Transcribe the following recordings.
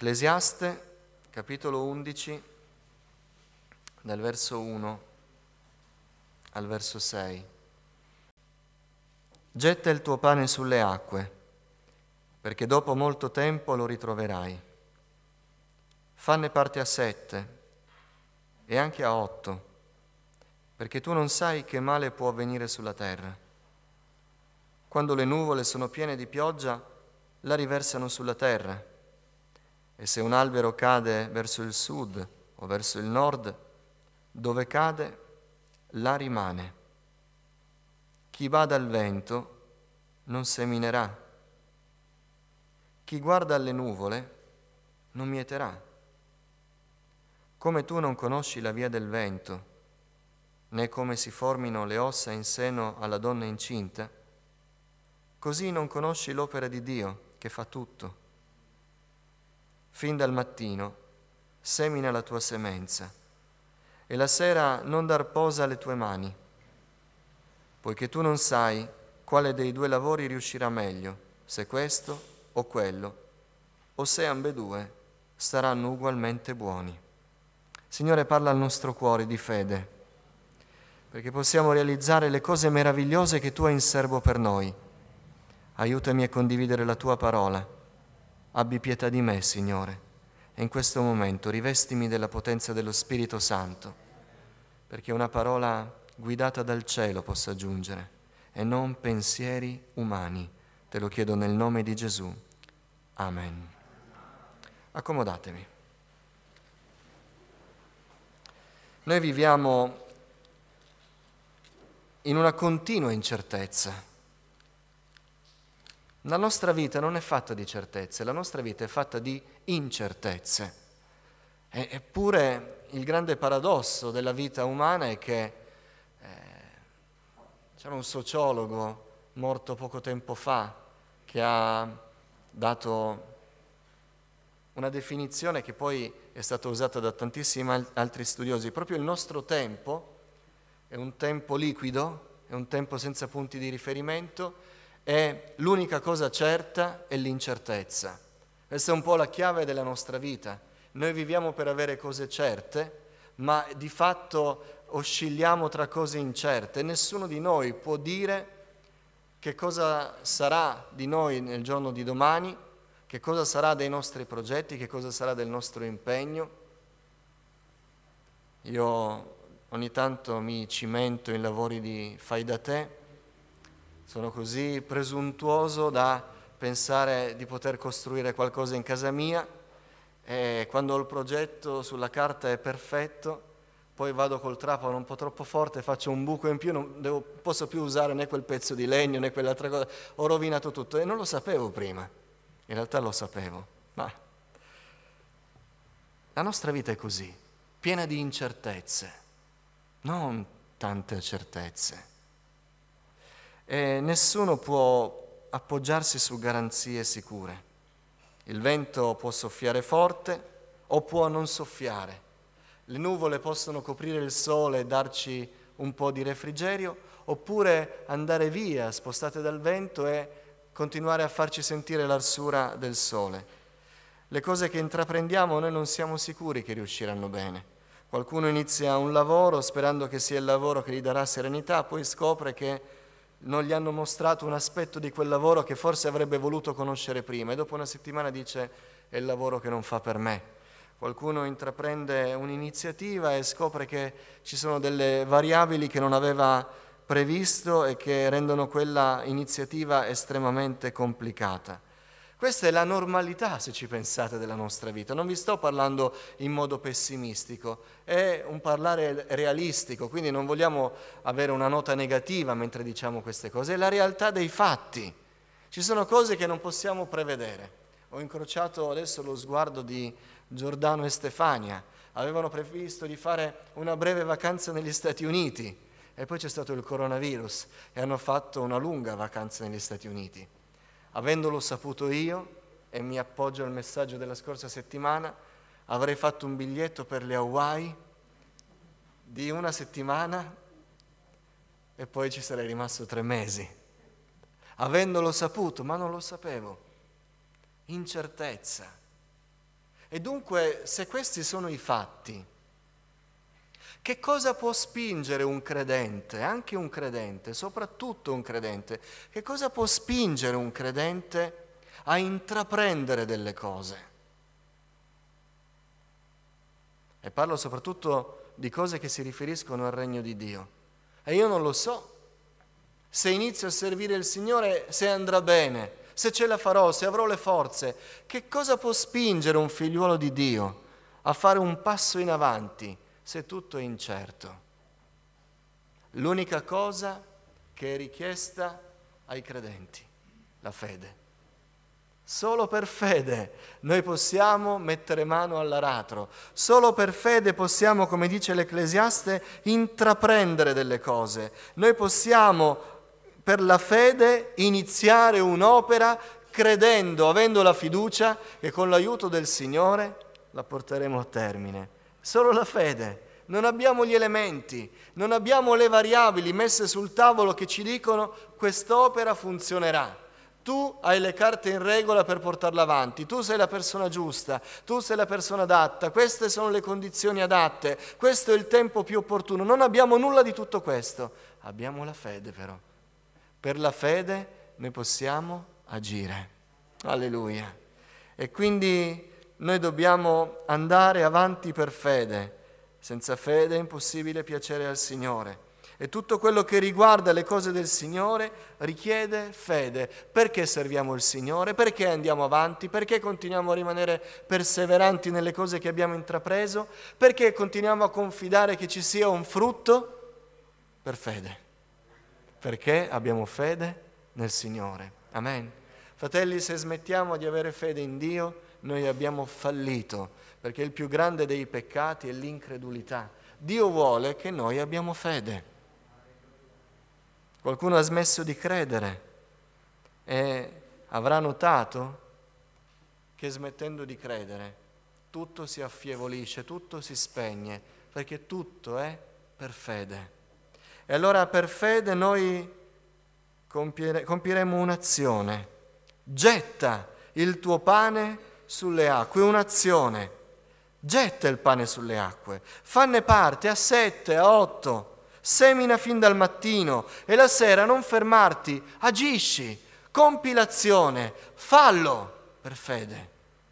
Ecclesiaste, capitolo 11, dal verso 1 al verso 6. Getta il tuo pane sulle acque, perché dopo molto tempo lo ritroverai. Fanne parte a 7 e anche a 8, perché tu non sai che male può avvenire sulla terra. Quando le nuvole sono piene di pioggia, la riversano sulla terra. E se un albero cade verso il sud o verso il nord, dove cade, là rimane. Chi bada al vento non seminerà. Chi guarda alle nuvole non mieterà. Come tu non conosci la via del vento, né come si formino le ossa in seno alla donna incinta, così non conosci l'opera di Dio che fa tutto. Fin dal mattino semina la tua semenza e la sera non dar posa alle tue mani, poiché tu non sai quale dei due lavori riuscirà meglio, se questo o quello, o se ambedue saranno ugualmente buoni. Signore, parla al nostro cuore di fede, perché possiamo realizzare le cose meravigliose che tu hai in serbo per noi. Aiutami a condividere la tua parola. Abbi pietà di me, Signore, e in questo momento rivestimi della potenza dello Spirito Santo, perché una parola guidata dal cielo possa giungere e non pensieri umani. Te lo chiedo nel nome di Gesù. Amen. Accomodatevi. Noi viviamo in una continua incertezza. La nostra vita non è fatta di certezze, la nostra vita è fatta di incertezze. Eppure il grande paradosso della vita umana è che c'era un sociologo morto poco tempo fa che ha dato una definizione che poi è stata usata da tantissimi altri studiosi. Proprio il nostro tempo è un tempo liquido, è un tempo senza punti di riferimento, e l'unica cosa certa è l'incertezza. Questa è un po' la chiave della nostra vita. Noi viviamo per avere cose certe, ma di fatto oscilliamo tra cose incerte. Nessuno di noi può dire che cosa sarà di noi nel giorno di domani, che cosa sarà dei nostri progetti, che cosa sarà del nostro impegno. Io ogni tanto mi cimento in lavori di fai da te. Sono così presuntuoso da pensare di poter costruire qualcosa in casa mia e quando il progetto sulla carta è perfetto, poi vado col trapano un po' troppo forte, faccio un buco in più, non posso più usare né quel pezzo di legno né quell'altra cosa, ho rovinato tutto e non lo sapevo prima, in realtà lo sapevo, ma la nostra vita è così, piena di incertezze, non tante certezze. E nessuno può appoggiarsi su garanzie sicure. Il vento può soffiare forte o può non soffiare. Le nuvole possono coprire il sole e darci un po' di refrigerio, oppure andare via, spostate dal vento e continuare a farci sentire l'arsura del sole. Le cose che intraprendiamo noi non siamo sicuri che riusciranno bene. Qualcuno inizia un lavoro sperando che sia il lavoro che gli darà serenità, poi scopre che non gli hanno mostrato un aspetto di quel lavoro che forse avrebbe voluto conoscere prima e dopo una settimana dice è il lavoro che non fa per me. Qualcuno intraprende un'iniziativa e scopre che ci sono delle variabili che non aveva previsto e che rendono quella iniziativa estremamente complicata. Questa è la normalità, se ci pensate, della nostra vita. Non vi sto parlando in modo pessimistico, è un parlare realistico, quindi non vogliamo avere una nota negativa mentre diciamo queste cose, è la realtà dei fatti. Ci sono cose che non possiamo prevedere. Ho incrociato adesso lo sguardo di Giordano e Stefania, avevano previsto di fare una breve vacanza negli Stati Uniti e poi c'è stato il coronavirus e hanno fatto una lunga vacanza negli Stati Uniti. Avendolo saputo io, e mi appoggio al messaggio della scorsa settimana, avrei fatto un biglietto per le Hawaii di una settimana e poi ci sarei rimasto 3 mesi. Avendolo saputo, ma non lo sapevo. Incertezza. E dunque, se questi sono i fatti, che cosa può spingere un credente, anche un credente, soprattutto un credente, che cosa può spingere un credente a intraprendere delle cose? E parlo soprattutto di cose che si riferiscono al regno di Dio. E io non lo so se inizio a servire il Signore, se andrà bene, se ce la farò, se avrò le forze. Che cosa può spingere un figliuolo di Dio a fare un passo in avanti se tutto è incerto? L'unica cosa che è richiesta ai credenti, la fede. Solo per fede noi possiamo mettere mano all'aratro, solo per fede possiamo, come dice l'Ecclesiaste, intraprendere delle cose. Noi possiamo, per la fede, iniziare un'opera credendo, avendo la fiducia che con l'aiuto del Signore la porteremo a termine. Solo la fede. Non abbiamo gli elementi, non abbiamo le variabili messe sul tavolo che ci dicono quest'opera funzionerà. Tu hai le carte in regola per portarla avanti, tu sei la persona giusta, tu sei la persona adatta, queste sono le condizioni adatte, questo è il tempo più opportuno. Non abbiamo nulla di tutto questo, abbiamo la fede però. Per la fede noi possiamo agire. Alleluia. E quindi noi dobbiamo andare avanti per fede. Senza fede è impossibile piacere al Signore. E tutto quello che riguarda le cose del Signore richiede fede. Perché serviamo il Signore? Perché andiamo avanti? Perché continuiamo a rimanere perseveranti nelle cose che abbiamo intrapreso? Perché continuiamo a confidare che ci sia un frutto? Per fede. Perché abbiamo fede nel Signore. Amen. Fratelli, se smettiamo di avere fede in Dio, noi abbiamo fallito, perché il più grande dei peccati è l'incredulità. Dio vuole che noi abbiamo fede. Qualcuno ha smesso di credere e avrà notato che smettendo di credere tutto si affievolisce, tutto si spegne, perché tutto è per fede. E allora per fede noi compieremo un'azione. Getta il tuo pane sulle acque, un'azione. Getta il pane sulle acque, fanne parte a 7, a 8. Semina fin dal mattino e la sera non fermarti, agisci, compi l'azione, fallo per fede.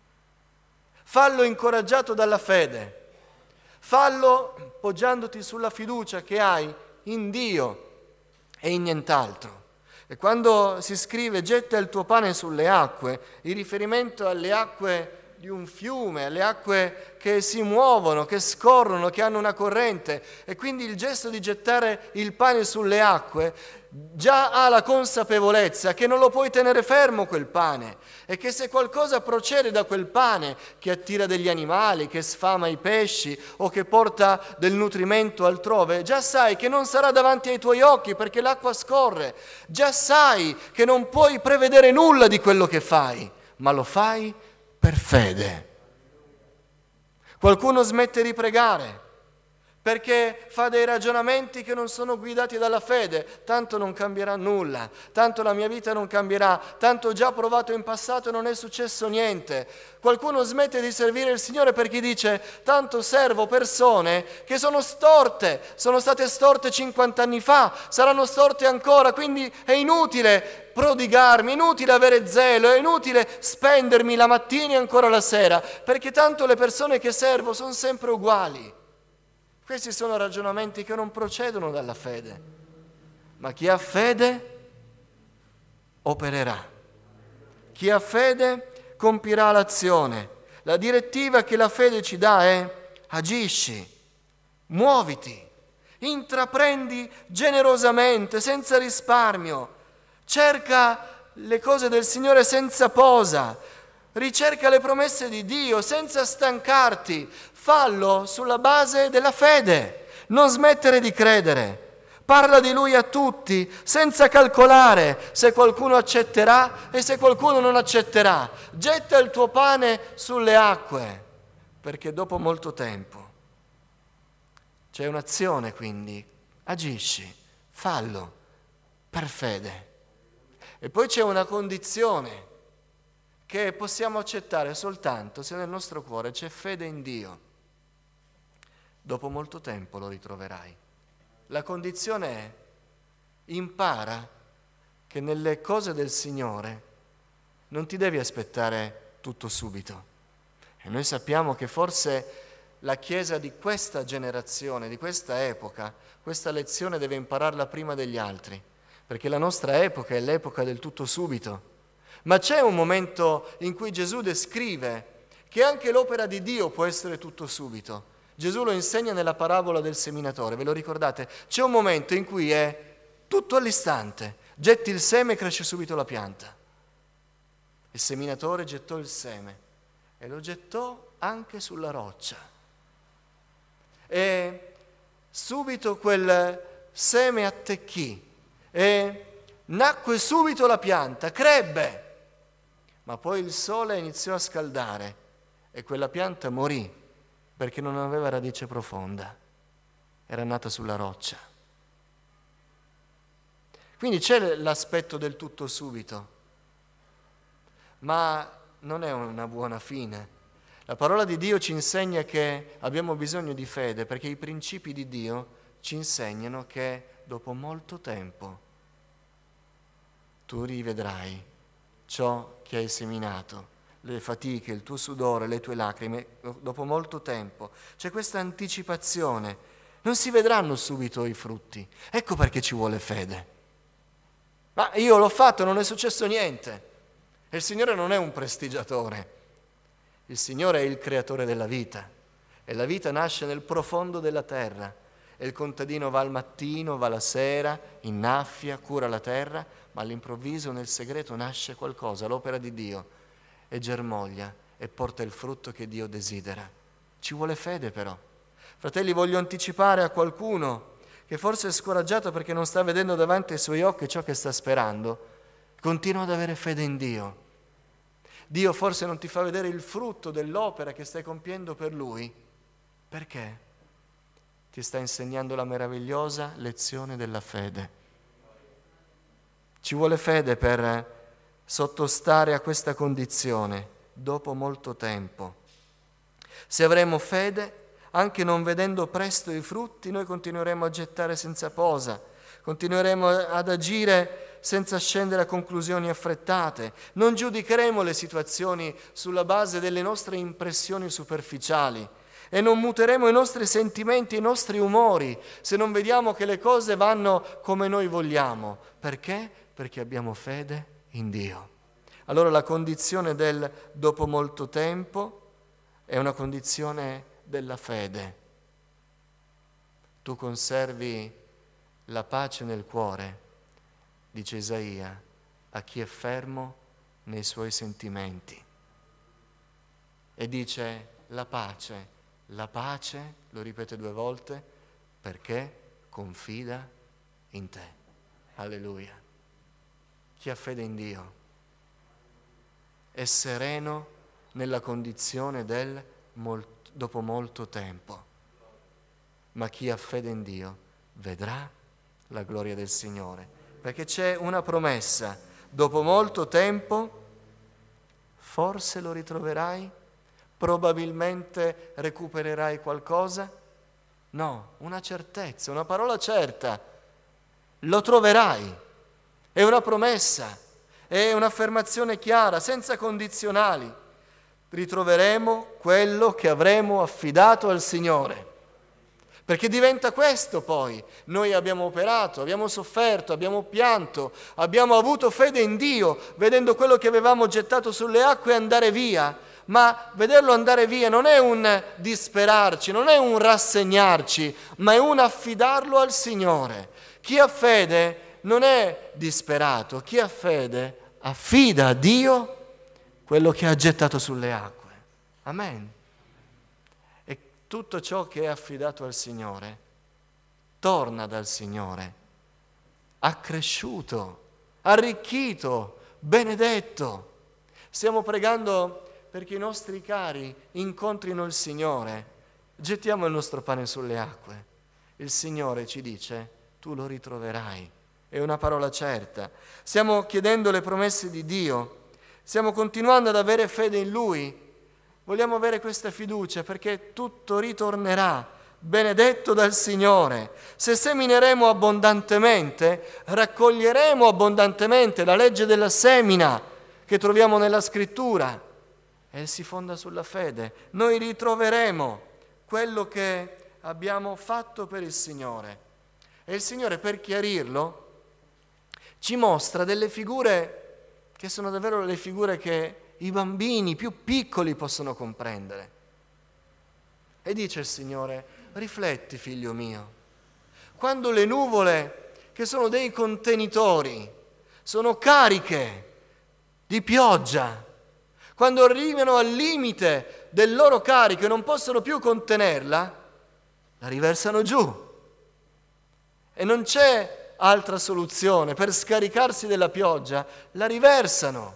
Fallo incoraggiato dalla fede, fallo poggiandoti sulla fiducia che hai in Dio e in nient'altro. E quando si scrive getta il tuo pane sulle acque, il riferimento alle acque di un fiume, alle acque che si muovono, che scorrono, che hanno una corrente, e quindi il gesto di gettare il pane sulle acque già ha la consapevolezza che non lo puoi tenere fermo quel pane e che se qualcosa procede da quel pane che attira degli animali, che sfama i pesci o che porta del nutrimento altrove, già sai che non sarà davanti ai tuoi occhi perché l'acqua scorre, già sai che non puoi prevedere nulla di quello che fai, ma lo fai per fede. Qualcuno smette di pregare perché fa dei ragionamenti che non sono guidati dalla fede. Tanto non cambierà nulla, tanto la mia vita non cambierà, tanto ho già provato in passato e non è successo niente. Qualcuno smette di servire il Signore perché dice tanto servo persone che sono storte, sono state storte 50 anni fa, saranno storte ancora, quindi è inutile prodigarmi, inutile avere zelo, è inutile spendermi la mattina e ancora la sera, perché tanto le persone che servo sono sempre uguali. Questi sono ragionamenti che non procedono dalla fede, ma chi ha fede opererà, chi ha fede compirà l'azione. La direttiva che la fede ci dà è agisci, muoviti, intraprendi generosamente, senza risparmio, cerca le cose del Signore senza posa, ricerca le promesse di Dio senza stancarti, fallo sulla base della fede, non smettere di credere. Parla di Lui a tutti, senza calcolare se qualcuno accetterà e se qualcuno non accetterà. Getta il tuo pane sulle acque, perché dopo molto tempo c'è un'azione, quindi agisci, fallo per fede. E poi c'è una condizione che possiamo accettare soltanto se nel nostro cuore c'è fede in Dio. Dopo molto tempo lo ritroverai. La condizione è: impara che nelle cose del Signore non ti devi aspettare tutto subito. E noi sappiamo che forse la Chiesa di questa generazione, di questa epoca, questa lezione deve impararla prima degli altri, perché la nostra epoca è l'epoca del tutto subito. Ma c'è un momento in cui Gesù descrive che anche l'opera di Dio può essere tutto subito. Gesù lo insegna nella parabola del seminatore, ve lo ricordate? C'è un momento in cui è tutto all'istante, getti il seme e cresce subito la pianta. Il seminatore gettò il seme e lo gettò anche sulla roccia. E subito quel seme attecchì e nacque subito la pianta, crebbe. Ma poi il sole iniziò a scaldare e quella pianta morì perché non aveva radice profonda, era nata sulla roccia. Quindi c'è l'aspetto del tutto subito, ma non è una buona fine. La parola di Dio ci insegna che abbiamo bisogno di fede, perché i principi di Dio ci insegnano che dopo molto tempo tu rivedrai ciò che hai seminato, le fatiche, il tuo sudore, le tue lacrime, dopo molto tempo. C'è questa anticipazione. Non si vedranno subito i frutti. Ecco perché ci vuole fede. Ma io l'ho fatto, non è successo niente. E il Signore non è un prestigiatore. Il Signore è il creatore della vita. E la vita nasce nel profondo della terra. E il contadino va al mattino, va la sera, innaffia, cura la terra, ma all'improvviso nel segreto nasce qualcosa, l'opera di Dio, e germoglia e porta il frutto che Dio desidera. Ci vuole fede però. Fratelli, voglio anticipare a qualcuno che forse è scoraggiato perché non sta vedendo davanti ai suoi occhi ciò che sta sperando. Continua ad avere fede in Dio. Dio forse non ti fa vedere il frutto dell'opera che stai compiendo per Lui. Perché? Ti sta insegnando la meravigliosa lezione della fede. Ci vuole fede per sottostare a questa condizione dopo molto tempo. Se avremo fede, anche non vedendo presto i frutti, noi continueremo a gettare senza posa, continueremo ad agire senza scendere a conclusioni affrettate, non giudicheremo le situazioni sulla base delle nostre impressioni superficiali e non muteremo i nostri sentimenti, i nostri umori, se non vediamo che le cose vanno come noi vogliamo. Perché? Perché abbiamo fede in Dio. Allora la condizione del dopo molto tempo è una condizione della fede. Tu conservi la pace nel cuore, dice Isaia, a chi è fermo nei suoi sentimenti. E dice la pace, lo ripete 2 volte, perché confida in te. Alleluia. Chi ha fede in Dio è sereno nella condizione del dopo molto tempo, ma chi ha fede in Dio vedrà la gloria del Signore, perché c'è una promessa: dopo molto tempo forse lo ritroverai, probabilmente recupererai qualcosa. No, una certezza, una parola certa: lo troverai. È una promessa, è un'affermazione chiara, senza condizionali. Ritroveremo quello che avremo affidato al Signore. Perché diventa questo poi. Noi abbiamo operato, abbiamo sofferto, abbiamo pianto, abbiamo avuto fede in Dio, vedendo quello che avevamo gettato sulle acque andare via. Ma vederlo andare via non è un disperarci, non è un rassegnarci, ma è un affidarlo al Signore. Chi ha fede non è disperato, chi ha fede affida a Dio quello che ha gettato sulle acque. Amen. E tutto ciò che è affidato al Signore torna dal Signore, accresciuto, arricchito, benedetto. Stiamo pregando perché i nostri cari incontrino il Signore. Gettiamo il nostro pane sulle acque. Il Signore ci dice: tu lo ritroverai. È una parola certa. Stiamo chiedendo le promesse di Dio. Stiamo continuando ad avere fede in Lui. Vogliamo avere questa fiducia perché tutto ritornerà, benedetto dal Signore. Se semineremo abbondantemente, raccoglieremo abbondantemente, la legge della semina che troviamo nella Scrittura, e si fonda sulla fede. Noi ritroveremo quello che abbiamo fatto per il Signore. E il Signore, per chiarirlo, ci mostra delle figure che sono davvero le figure che i bambini più piccoli possono comprendere. E dice il Signore: rifletti, figlio mio, quando le nuvole, che sono dei contenitori, sono cariche di pioggia, quando arrivano al limite del loro carico e non possono più contenerla, la riversano giù. E non c'è altra soluzione per scaricarsi della pioggia, la riversano.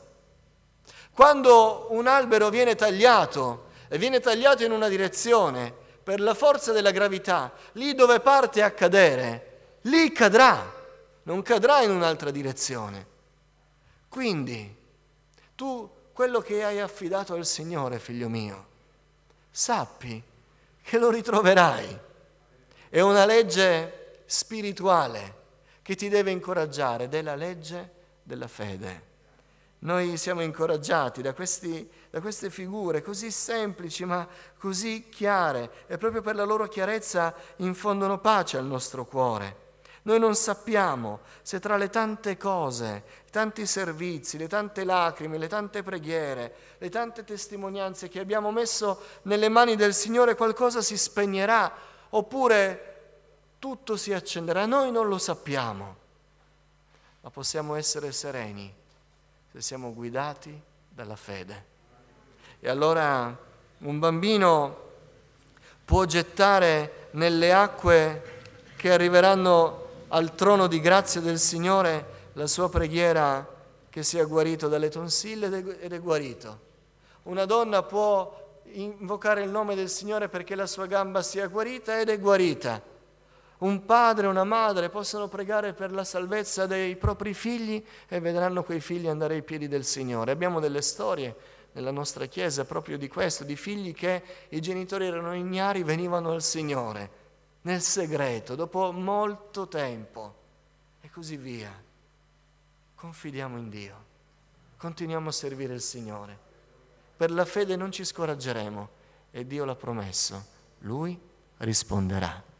Quando un albero viene tagliato e viene tagliato in una direzione per la forza della gravità, lì dove parte a cadere, lì cadrà, non cadrà in un'altra direzione. Quindi tu quello che hai affidato al Signore, figlio mio, sappi che lo ritroverai. È una legge spirituale che ti deve incoraggiare, ed è la legge della fede. Noi siamo incoraggiati da queste figure così semplici ma così chiare, e proprio per la loro chiarezza infondono pace al nostro cuore. Noi non sappiamo se tra le tante cose, i tanti servizi, le tante lacrime, le tante preghiere, le tante testimonianze che abbiamo messo nelle mani del Signore qualcosa si spegnerà oppure tutto si accenderà. Noi non lo sappiamo, ma possiamo essere sereni se siamo guidati dalla fede. E allora un bambino può gettare nelle acque che arriveranno al trono di grazia del Signore la sua preghiera che sia guarito dalle tonsille, ed è guarito. Una donna può invocare il nome del Signore perché la sua gamba sia guarita, ed è guarita. Un padre e una madre possono pregare per la salvezza dei propri figli e vedranno quei figli andare ai piedi del Signore. Abbiamo delle storie nella nostra Chiesa proprio di questo, di figli che i genitori erano ignari, venivano al Signore nel segreto, dopo molto tempo, e così via. Confidiamo in Dio, continuiamo a servire il Signore. Per la fede non ci scoraggeremo, e Dio l'ha promesso, Lui risponderà.